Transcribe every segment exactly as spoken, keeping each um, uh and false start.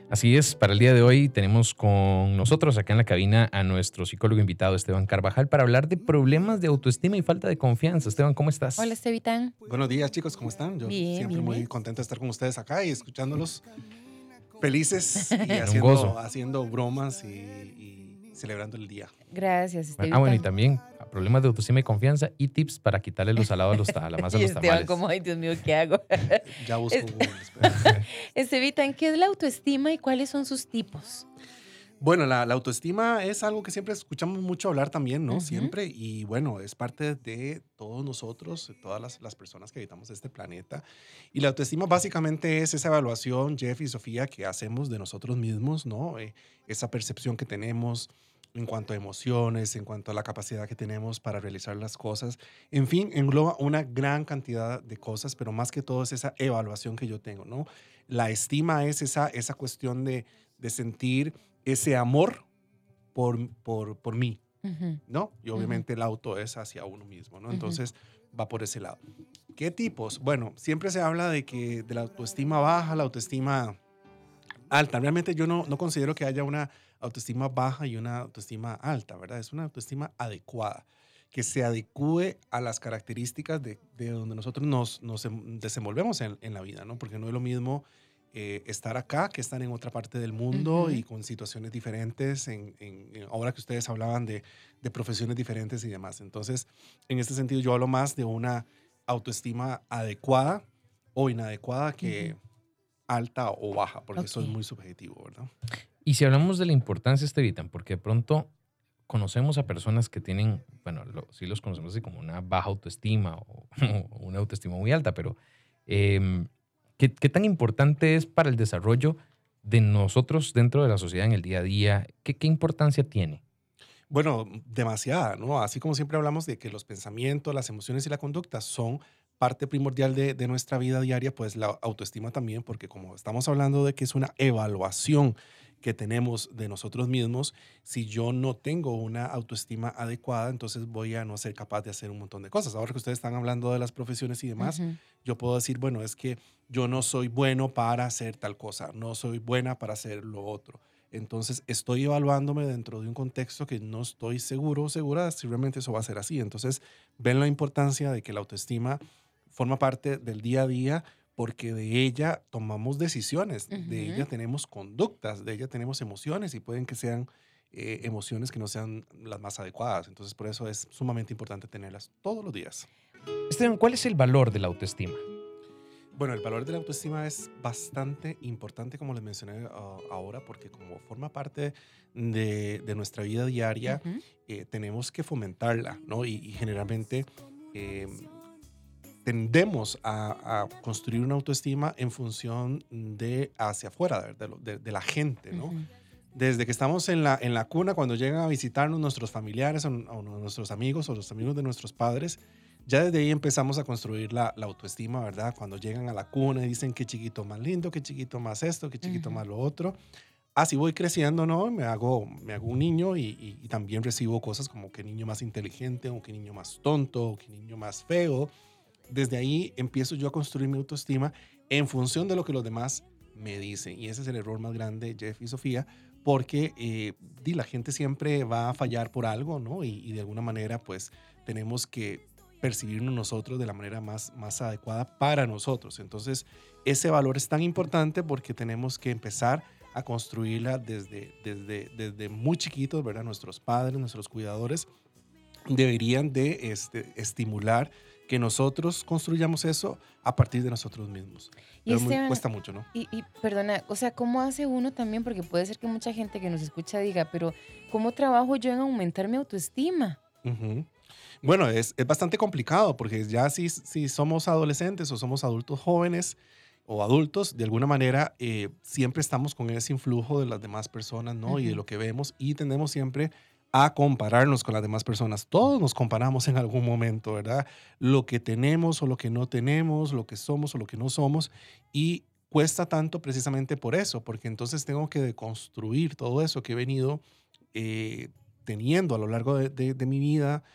Así es, para el día de hoy tenemos con nosotros acá en la cabina a nuestro psicólogo invitado Esteban Carvajal para hablar de problemas de autoestima y falta de confianza. Esteban, ¿cómo Hola, estás? Estevitán. Buenos días, chicos, ¿cómo están? Yo Bien, siempre bien, muy bien. contento de estar con ustedes acá y escuchándolos felices y Un gozo. haciendo, haciendo bromas y, y celebrando el día. Gracias, Bueno, ah, bueno, y Estevitán. también a problemas de autoestima y confianza y tips para quitarle lo salado a, los, ta- a la masa Y de los Esteban, tamales. como, ay, Dios mío, ¿qué hago? Ya busco Es- Google, espera. Estevitán, ¿qué es la autoestima y cuáles son sus tipos? Bueno, la, la autoestima es algo que siempre escuchamos mucho hablar también, ¿no? Ujú. Siempre. Y bueno, es parte de todos nosotros, de todas las, las personas que habitamos este planeta. Y la autoestima básicamente es esa evaluación, Jeff y Sofía, que hacemos de nosotros mismos, ¿no? Eh, esa percepción que tenemos en cuanto a emociones, en cuanto a la capacidad que tenemos para realizar las cosas. En fin, engloba una gran cantidad de cosas, pero más que todo es esa evaluación que yo tengo, ¿no? La estima es esa, esa cuestión de, de sentir ese amor por, por, por mí, Ujú, ¿no? Y ujú, obviamente el auto es hacia uno mismo, ¿no? ujú. Entonces va por ese lado. ¿Qué tipos? Bueno, siempre se habla de que de la autoestima baja, la autoestima alta. Realmente yo no, no considero que haya una autoestima baja y una autoestima alta, ¿verdad? Es una autoestima adecuada, que se adecue a las características de, de donde nosotros nos, nos em- desenvolvemos en, en la vida, ¿no? Porque no es lo mismo eh, estar acá que estar en otra parte del mundo y Ujú. con situaciones diferentes, en, en- en- ahora que ustedes hablaban de, de profesiones diferentes y demás. Entonces, en este sentido, yo hablo más de una autoestima adecuada o inadecuada Ujú. que alta o baja, porque eso es Ok. muy subjetivo, ¿verdad? Y si hablamos de la importancia, Estevitan, porque de pronto conocemos a personas que tienen, bueno, lo- sí los conocemos así como una baja autoestima o, o una autoestima muy alta, pero em, ¿qué, qué tan importante es para el desarrollo de nosotros dentro de la sociedad en el día a día? ¿Qué, qué importancia tiene? Bueno, demasiada, ¿no? Así como siempre hablamos de que los pensamientos, las emociones y la conducta son parte primordial de, de nuestra vida diaria, pues la autoestima también, porque como estamos hablando de que es una evaluación que tenemos de nosotros mismos, si yo no tengo una autoestima adecuada, entonces voy a no ser capaz de hacer un montón de cosas. Ahora que ustedes están hablando de las profesiones y demás, Ujú. yo puedo decir, bueno, es que yo no soy bueno para hacer tal cosa, no soy buena para hacer lo otro. Entonces estoy evaluándome dentro de un contexto que no estoy seguro o segura si realmente eso va a ser así. Entonces ven la importancia de que la autoestima forma parte del día a día porque de ella tomamos decisiones, de ella Ujú. tenemos conductas, de ella tenemos emociones y pueden que sean eh, emociones que no sean las más adecuadas. Entonces por eso es sumamente importante tenerlas todos los días. Esteban, ¿cuál es el valor de la autoestima? Bueno, el valor de la autoestima es bastante importante, como les mencioné ah, ahora, porque como forma parte de, de nuestra vida diaria, Ujú. eh, tenemos que fomentarla, ¿no? Y, y generalmente eh, tendemos a, a construir una autoestima en función de hacia afuera, de, de lo- de- de la gente, ¿no? Ujú. Desde que estamos en la, en la cuna, cuando llegan a visitarnos nuestros familiares o, o nuestros amigos o los amigos de nuestros padres, ya desde ahí empezamos a construir la, la autoestima, ¿verdad? Cuando llegan a la cuna y dicen qué chiquito más lindo, qué chiquito más esto, qué chiquito Ujú. más lo otro. Así voy creciendo, ¿no? Me hago, me hago un niño y, y- y también recibo cosas como qué niño más inteligente, o qué niño más tonto, o qué niño más feo. Desde ahí empiezo yo a construir mi autoestima en función de lo que los demás me dicen. Y ese es el error más grande, Jeff y Sofía, porque eh, di, la gente siempre va a fallar por algo, ¿no? Y, y de alguna manera, pues, tenemos que percibirnos nosotros de la manera más, más adecuada para nosotros. Entonces, ese valor es tan importante porque tenemos que empezar a construirla desde, desde, desde muy chiquitos, ¿verdad? Nuestros padres, nuestros cuidadores deberían de este, estimular que nosotros construyamos eso a partir de nosotros mismos. Y Pero muy, Esteban, cuesta mucho, ¿no? y, y perdona, o sea, ¿cómo hace uno también? Porque puede ser que mucha gente que nos escucha diga, pero ¿cómo trabajo yo en aumentar mi autoestima? Ujú. Bueno, es, es bastante complicado porque ya si, si somos adolescentes o somos adultos jóvenes o adultos, de alguna manera eh, siempre estamos con ese influjo de las demás personas, ¿no? Y de Ujú. lo que vemos y tendemos siempre a compararnos con las demás personas. Todos nos comparamos en algún momento, ¿verdad? Lo que tenemos o lo que no tenemos, lo que somos o lo que no somos. Y cuesta tanto precisamente por eso, porque entonces tengo que deconstruir todo eso que he venido eh, teniendo a lo largo de, de- de mi vida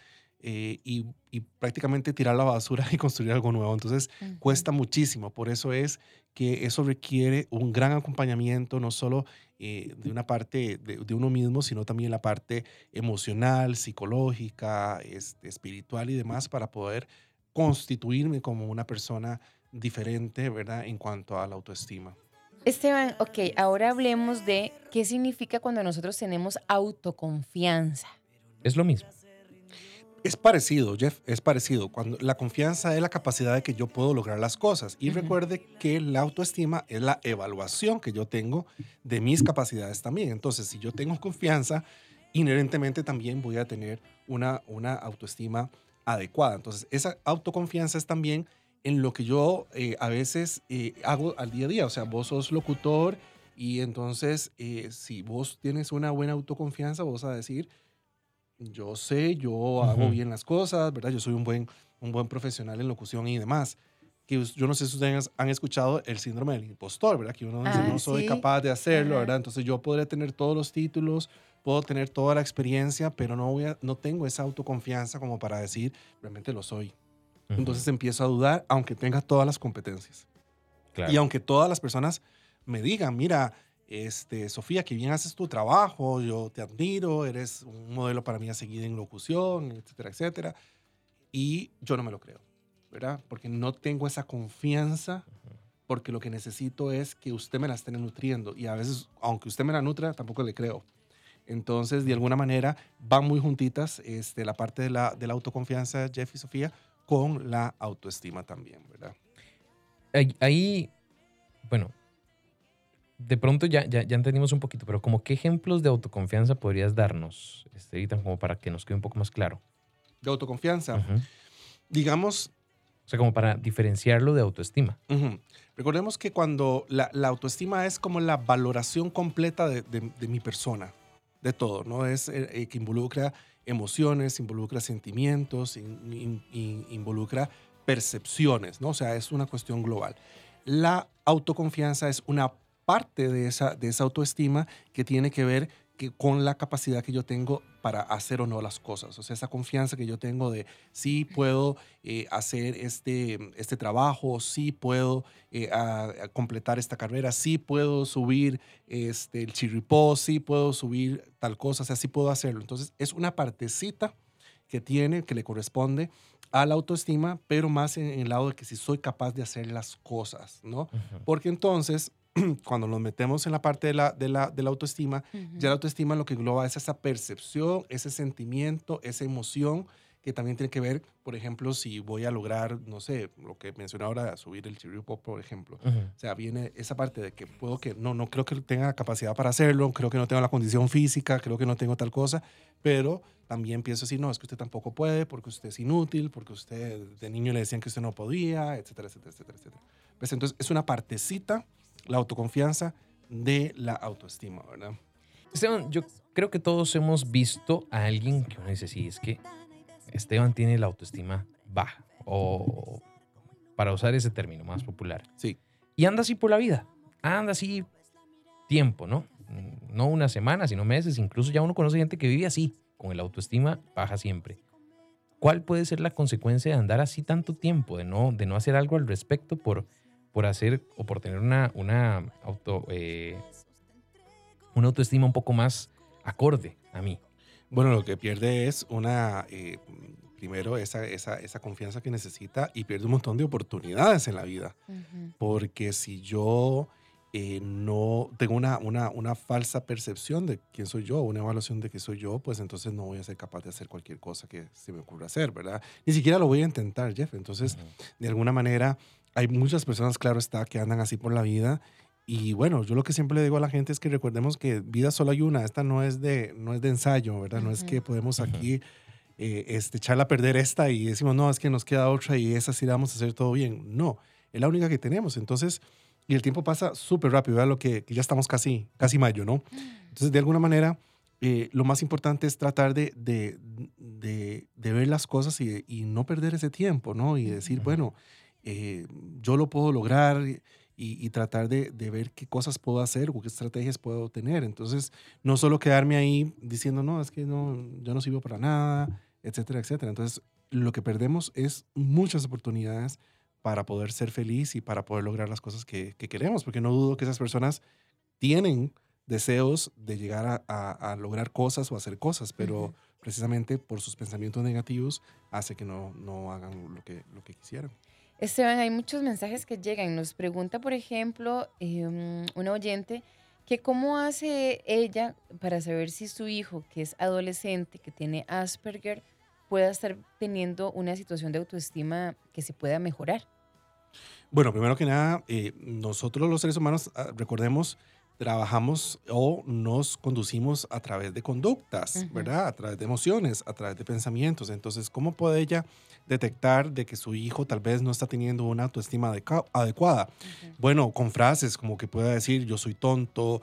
eh, y, y prácticamente tirar la basura y construir algo nuevo. Entonces, Ujú. cuesta muchísimo. Por eso es que eso requiere un gran acompañamiento, no solo eh, de una parte de, de uno mismo, sino también la parte emocional, psicológica, este, espiritual y demás, para poder constituirme como una persona diferente, ¿verdad? En cuanto a la autoestima. Esteban, ok, ahora hablemos de qué significa cuando nosotros tenemos autoconfianza. Es lo mismo. Es parecido, Jeff, es parecido. Cuando la confianza es la capacidad de que yo puedo lograr las cosas. Y Ujú. recuerde que la autoestima es la evaluación que yo tengo de mis capacidades también. Entonces, si yo tengo confianza, inherentemente también voy a tener una, una autoestima adecuada. Entonces, esa autoconfianza es también en lo que yo eh, a veces eh, hago al día a día. O sea, vos sos locutor y entonces eh, si vos tienes una buena autoconfianza, vos vas a decir, yo sé, yo hago Ujú. bien las cosas, ¿verdad? Yo soy un buen, un buen profesional en locución y demás. Que us- yo no sé si ustedes han escuchado el síndrome del impostor, ¿verdad? Que uno dice, Ah, no soy sí. capaz de hacerlo, Ajá. ¿verdad? Entonces yo podré tener todos los títulos, puedo tener toda la experiencia, pero no, voy a, no tengo esa autoconfianza como para decir, realmente lo soy. Ujú. Entonces empiezo a dudar, aunque tenga todas las competencias. Y Claro. aunque todas las personas me digan, mira, este, Sofía, que bien haces tu trabajo, yo te admiro, eres un modelo para mí a seguir en locución, etcétera, etcétera. Y yo no me lo creo, ¿verdad? Porque no tengo esa confianza, porque lo que necesito es que usted me la esté nutriendo. Y a veces, aunque usted me la nutra, tampoco le creo. Entonces, de alguna manera, van muy juntitas este, la parte de la, de la autoconfianza, Jeff y Sofía, con la autoestima también, ¿verdad? Ahí, ahí, bueno, de pronto ya, ya, ya entendimos un poquito, pero como qué ejemplos de autoconfianza podrías darnos, este, ahorita, como para que nos quede un poco más claro. De autoconfianza. Ujú. Digamos, O sea, como para diferenciarlo de autoestima. ujú, recordemos que cuando la, la autoestima es como la valoración completa de, de- de mi persona, de todo, ¿no? Es eh, eh, que involucra emociones, involucra sentimientos, in- in- in- involucra percepciones, ¿no? O sea, es una cuestión global. La autoconfianza es una parte de esa, de esa autoestima que tiene que ver que, con la capacidad que yo tengo para hacer o no las cosas. O sea, esa confianza que yo tengo de sí puedo eh, hacer este, este trabajo, sí puedo eh, a- a completar esta carrera, sí puedo subir este, el chirripó, sí puedo subir tal cosa, o sea, sí puedo hacerlo. Entonces, es una partecita que tiene, que le corresponde a la autoestima, pero más en, en el lado de que si soy capaz de hacer las cosas, ¿no? Ujú. Porque entonces, cuando nos metemos en la parte de la, de la, de la autoestima, ya la Ujú. autoestima lo que engloba es esa percepción, ese sentimiento, esa emoción que también tiene que ver, por ejemplo, si voy a lograr, no sé, lo que mencioné ahora, subir el chirripo, por ejemplo. Ujú. O sea, viene esa parte de que puedo que, no, no creo que tenga la capacidad para hacerlo, creo que no tengo la condición física, creo que no tengo tal cosa, pero también pienso así, no, es que usted tampoco puede, porque usted es inútil, porque usted de niño le decían que usted no podía, etcétera, etcétera, etcétera, etcétera. Pues entonces es una partecita, la autoconfianza, de la autoestima, ¿verdad? Esteban, yo creo que todos hemos visto a alguien que uno dice, sí, es que Esteban tiene la autoestima baja, o para usar ese término más popular. Sí. Y anda así por la vida, anda así tiempo, ¿no? Mm, No una semana, sino meses, incluso ya uno conoce gente que vive así, con el autoestima baja siempre. ¿Cuál puede ser la consecuencia de andar así tanto tiempo, de no, de no hacer algo al respecto por, por hacer o por tener una, una, auto, eh, una autoestima un poco más acorde a mí? Bueno, lo que pierde es una, eh, primero, esa, esa, esa confianza que necesita y pierde un montón de oportunidades en la vida. Ujú. Porque si yo eh, no tengo una, una, una falsa percepción de quién soy yo, una evaluación de que soy yo, pues entonces no voy a ser capaz de hacer cualquier cosa que se me ocurra hacer, ¿verdad? Ni siquiera lo voy a intentar, Jeff. Entonces, Ujú. de alguna manera, hay muchas personas, claro está, que andan así por la vida. Y bueno, yo lo que siempre le digo a la gente es que recordemos que vida solo hay una. Esta no es de, no es de ensayo, ¿verdad? No es que Ujú. podemos Ujú. aquí eh, este, echarla a perder esta y decimos, no, es que nos queda otra y esa sí la vamos a hacer todo bien. No, es la única que tenemos. Entonces, y el tiempo pasa súper rápido, ¿verdad? Lo que, que ya estamos casi, casi mayo, ¿no? Entonces, de alguna manera, eh, lo más importante es tratar de, de, de, de ver las cosas y, y no perder ese tiempo, ¿no? Y decir, Ujú. bueno, eh, yo lo puedo lograr y, y tratar de, de ver qué cosas puedo hacer o qué estrategias puedo tener. Entonces, no solo quedarme ahí diciendo, no, es que no, yo no sirvo para nada, etcétera, etcétera. Entonces, lo que perdemos es muchas oportunidades para poder ser feliz y para poder lograr las cosas que, que queremos, porque no dudo que esas personas tienen deseos de llegar a, a- a lograr cosas o hacer cosas, pero Ujú. precisamente por sus pensamientos negativos hace que no, no hagan lo que, lo que quisieran. Esteban, hay muchos mensajes que llegan. Nos pregunta, por ejemplo, em, una oyente que cómo hace ella para saber si su hijo, que es adolescente, que tiene Asperger, pueda estar teniendo una situación de autoestima que se pueda mejorar. Bueno, primero que nada, eh, nosotros los seres humanos, ah, recordemos, trabajamos o nos conducimos a través de conductas, Ujú, ¿verdad? A través de emociones, a través de pensamientos. Entonces, ¿cómo puede ella detectar de que su hijo tal vez no está teniendo una autoestima adeca- adecuada? ujú, Bueno, con frases como que pueda decir yo soy tonto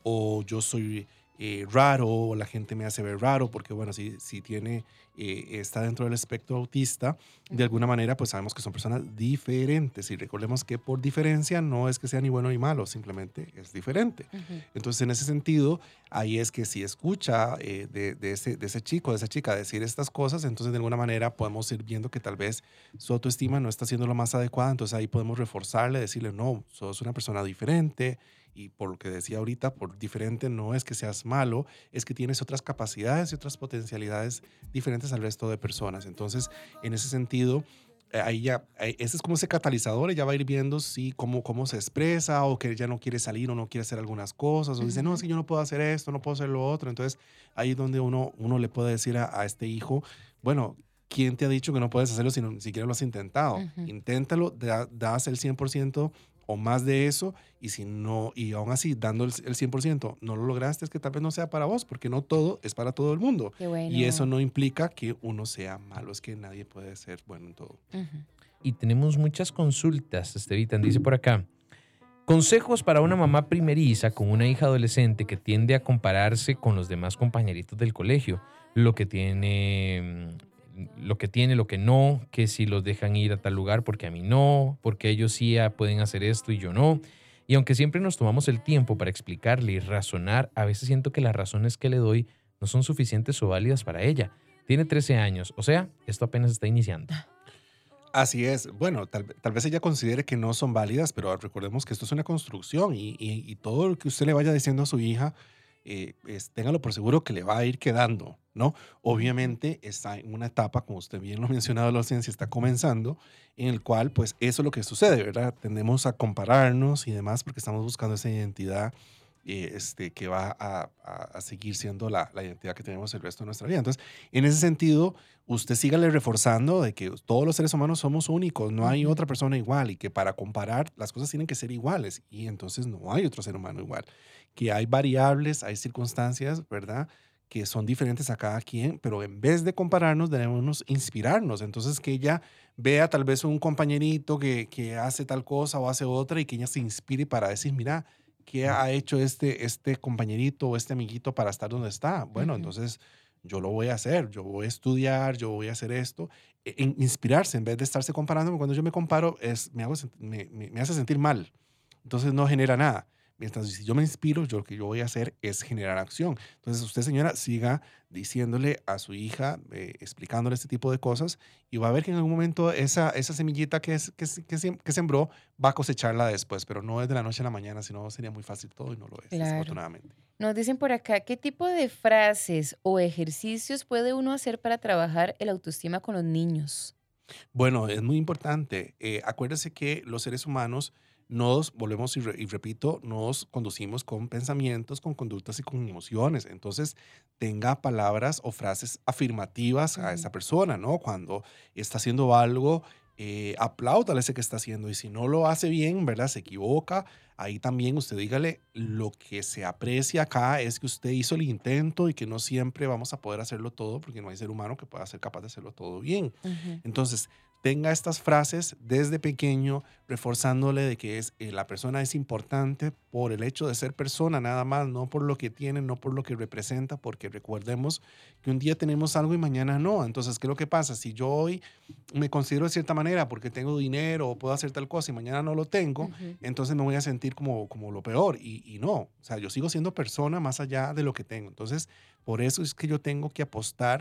o yo soy eh, raro o la gente me hace ver raro porque, bueno, si, si tiene, eh, está dentro del espectro autista, de ujú, alguna manera, pues sabemos que son personas diferentes y recordemos que por diferencia no es que sea ni bueno ni malo, simplemente es diferente. ujú, Entonces, en ese sentido, ahí es que si escucha eh, de, de ese, de ese chico, de esa chica decir estas cosas, entonces de alguna manera podemos ir viendo que tal vez su autoestima no está siendo lo más adecuada, entonces ahí podemos reforzarle, decirle, no, sos una persona diferente y por lo que decía ahorita, por diferente no es que seas malo, es que tienes otras capacidades y otras potencialidades diferentes al resto de personas. Entonces, en ese sentido, eh, ahí ya, eh, ese es como ese catalizador, ella va a ir viendo si cómo, cómo se expresa o que ella no quiere salir o no quiere hacer algunas cosas o dice, no, es ujú, que yo no puedo hacer esto, no puedo hacer lo otro. Entonces, ahí es donde uno, uno le puede decir a, a este hijo, bueno, ¿quién te ha dicho que no puedes hacerlo si no- ni siquiera lo has intentado? ujú. Inténtalo, da- das el cien por ciento o más de eso y si no, y aún así dando el, el cien por ciento no lo lograste, es que tal vez no sea para vos, porque no todo es para todo el mundo. Qué Y eso bueno. no implica que uno sea malo, es que nadie puede ser bueno en todo. Ujú. Y tenemos muchas consultas, Estevitan. Dice por acá, consejos para una mamá primeriza con una hija adolescente que tiende a compararse con los demás compañeritos del colegio. Lo que tiene, mm, lo que tiene, lo que no, que si los dejan ir a tal lugar porque a mí no, porque ellos sí ah, pueden hacer esto y yo no. Y aunque siempre nos tomamos el tiempo para explicarle y razonar, a veces siento que las razones que le doy no son suficientes o válidas para ella. Tiene trece años, o sea, esto apenas está iniciando. Así es. Bueno, tal, ve- tal vez ella considere que no son válidas, pero recordemos que esto es una construcción y, y- y todo lo que usted le vaya diciendo a su hija, eh, es- téngalo por seguro que le va a ir quedando, ¿no? Ujú. Obviamente está en una etapa, como usted bien lo ha mencionado, la ciencia está comenzando, en el cual, pues, eso es lo que sucede, ¿verdad? Tendemos a compararnos y demás porque estamos buscando esa identidad eh, este, que va a, a- a seguir siendo la, la identidad que tenemos el resto de nuestra vida. Entonces, en ese sentido, usted sígale reforzando de que todos los seres humanos somos únicos, no hay Ujú. otra persona igual y que para comparar las cosas tienen que ser iguales y entonces no hay otro ser humano igual, que hay variables, hay circunstancias, ¿verdad? Que son diferentes a cada quien, pero en vez de compararnos debemos inspirarnos. Entonces que ella vea tal vez un compañerito que, que hace tal cosa o hace otra y que ella se inspire para decir, mira, ¿qué ha hecho este, este compañerito o este amiguito para estar donde está? Bueno, Ujú. entonces yo lo voy a hacer, yo voy a estudiar, yo voy a hacer esto, e- en inspirarse en vez de estarse comparando. Cuando yo me comparo, es, me, hago, sent- me, me- me hace sentir mal, entonces no genera nada. Mientras si yo me inspiro, yo lo que yo voy a hacer es generar acción. Entonces usted, señora, siga diciéndole a su hija, eh, explicándole este tipo de cosas y va a ver que en algún momento esa, esa semillita que, es, que, se- que, sem- que sembró va a cosecharla después, pero no es de la noche a la mañana, sino sería muy fácil todo y no lo es, Claro. desafortunadamente. Nos dicen por acá, ¿qué tipo de frases o ejercicios puede uno hacer para trabajar el autoestima con los niños? Bueno, es muy importante. Eh, acuérdese que los seres humanos nos, volvemos y, re- y repito, nos conducimos con pensamientos, con conductas y con emociones. Entonces, tenga palabras o frases afirmativas a Ujú, esa persona, ¿no? Cuando está haciendo algo, eh, apláudale ese que está haciendo. Y si no lo hace bien, ¿verdad? Se equivoca. Ahí también usted dígale, lo que se aprecia acá es que usted hizo el intento y que no siempre vamos a poder hacerlo todo porque no hay ser humano que pueda ser capaz de hacerlo todo bien. ujú, Entonces, tenga estas frases desde pequeño, reforzándole de que es, eh, la persona es importante por el hecho de ser persona, nada más, no por lo que tiene, no por lo que representa, porque recordemos que un día tenemos algo y mañana no. Entonces, ¿qué es lo que pasa? Si yo hoy me considero de cierta manera porque tengo dinero o puedo hacer tal cosa y mañana no lo tengo, ujú. entonces me voy a sentir como, como lo peor. Y, y no, o sea, yo sigo siendo persona más allá de lo que tengo. Entonces, por eso es que yo tengo que apostar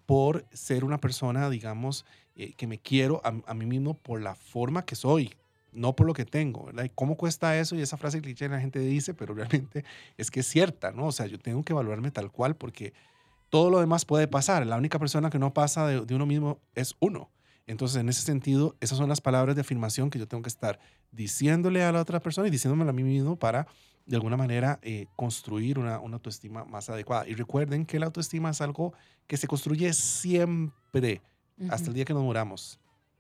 por ser una persona, digamos, eh, que me quiero a, a mí mismo por la forma que soy, no por lo que tengo, ¿verdad? ¿Y cómo cuesta eso? Y esa frase cliché la gente dice, pero realmente es que es cierta, ¿no? O sea, yo tengo que valorarme tal cual porque todo lo demás puede pasar. La única persona que no pasa de, de uno mismo es uno. Entonces, en ese sentido, esas son las palabras de afirmación que yo tengo que estar diciéndole a la otra persona y diciéndomelo a mí mismo para, de alguna manera, eh, construir una, una autoestima más adecuada. Y recuerden que la autoestima es algo que se construye siempre, hasta el día que nos muramos.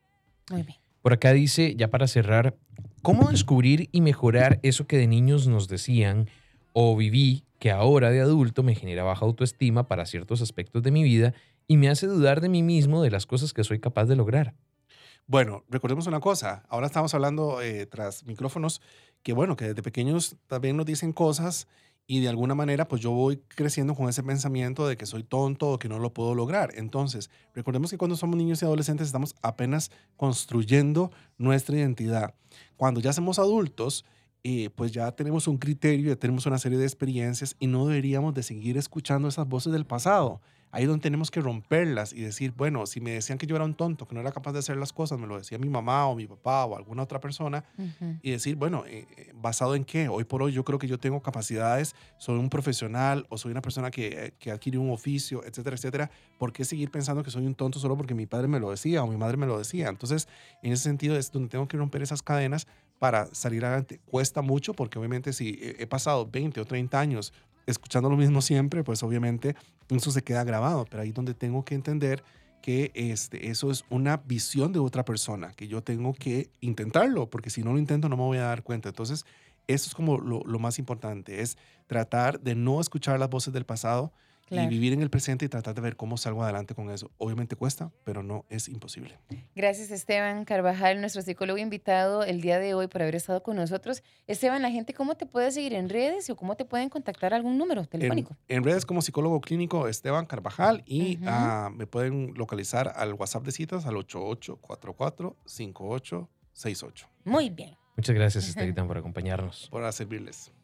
Muy bien. Por acá dice, ya para cerrar, ¿cómo descubrir y mejorar eso que de niños nos decían o viví que ahora de adulto me genera baja autoestima para ciertos aspectos de mi vida y me hace dudar de mí mismo, de las cosas que soy capaz de lograr? Bueno, recordemos una cosa. Ahora estamos hablando eh, tras micrófonos que, bueno, que desde pequeños también nos dicen cosas y de alguna manera pues yo voy creciendo con ese pensamiento de que soy tonto o que no lo puedo lograr. Entonces, recordemos que cuando somos niños y adolescentes estamos apenas construyendo nuestra identidad. Cuando ya somos adultos, eh, pues ya tenemos un criterio, ya tenemos una serie de experiencias y no deberíamos de seguir escuchando esas voces del pasado. Ahí es donde tenemos que romperlas y decir, bueno, si me decían que yo era un tonto, que no era capaz de hacer las cosas, me lo decía mi mamá o mi papá o alguna otra persona, Ujú. y decir, bueno, eh, eh, ¿basado en qué? Hoy por hoy yo creo que yo tengo capacidades, soy un profesional o soy una persona que, eh, que adquirió un oficio, etcétera, etcétera. ¿Por qué seguir pensando que soy un tonto solo porque mi padre me lo decía o mi madre me lo decía? Entonces, en ese sentido es donde tengo que romper esas cadenas para salir adelante. Cuesta mucho porque obviamente si he he pasado veinte o treinta años escuchando lo mismo siempre, pues obviamente eso se queda grabado, pero ahí es donde tengo que entender que este, eso es una visión de otra persona, que yo tengo que intentarlo, porque si no lo intento no me voy a dar cuenta. Entonces, eso es como lo, lo más importante, es tratar de no escuchar las voces del pasado y Claro. vivir en el presente y tratar de ver cómo salgo adelante con eso. Obviamente cuesta, pero no es imposible. Gracias, Esteban Carvajal, nuestro psicólogo invitado el día de hoy por haber estado con nosotros. Esteban, la gente, ¿cómo te puede seguir en redes o cómo te pueden contactar algún número En, telefónico? en redes como psicólogo clínico Esteban Carvajal y Ujú. ah, me pueden localizar al WhatsApp de citas al ocho ocho cuatro cuatro cinco ocho seis ocho Muy bien. Muchas gracias, Esteban, por acompañarnos. para servirles.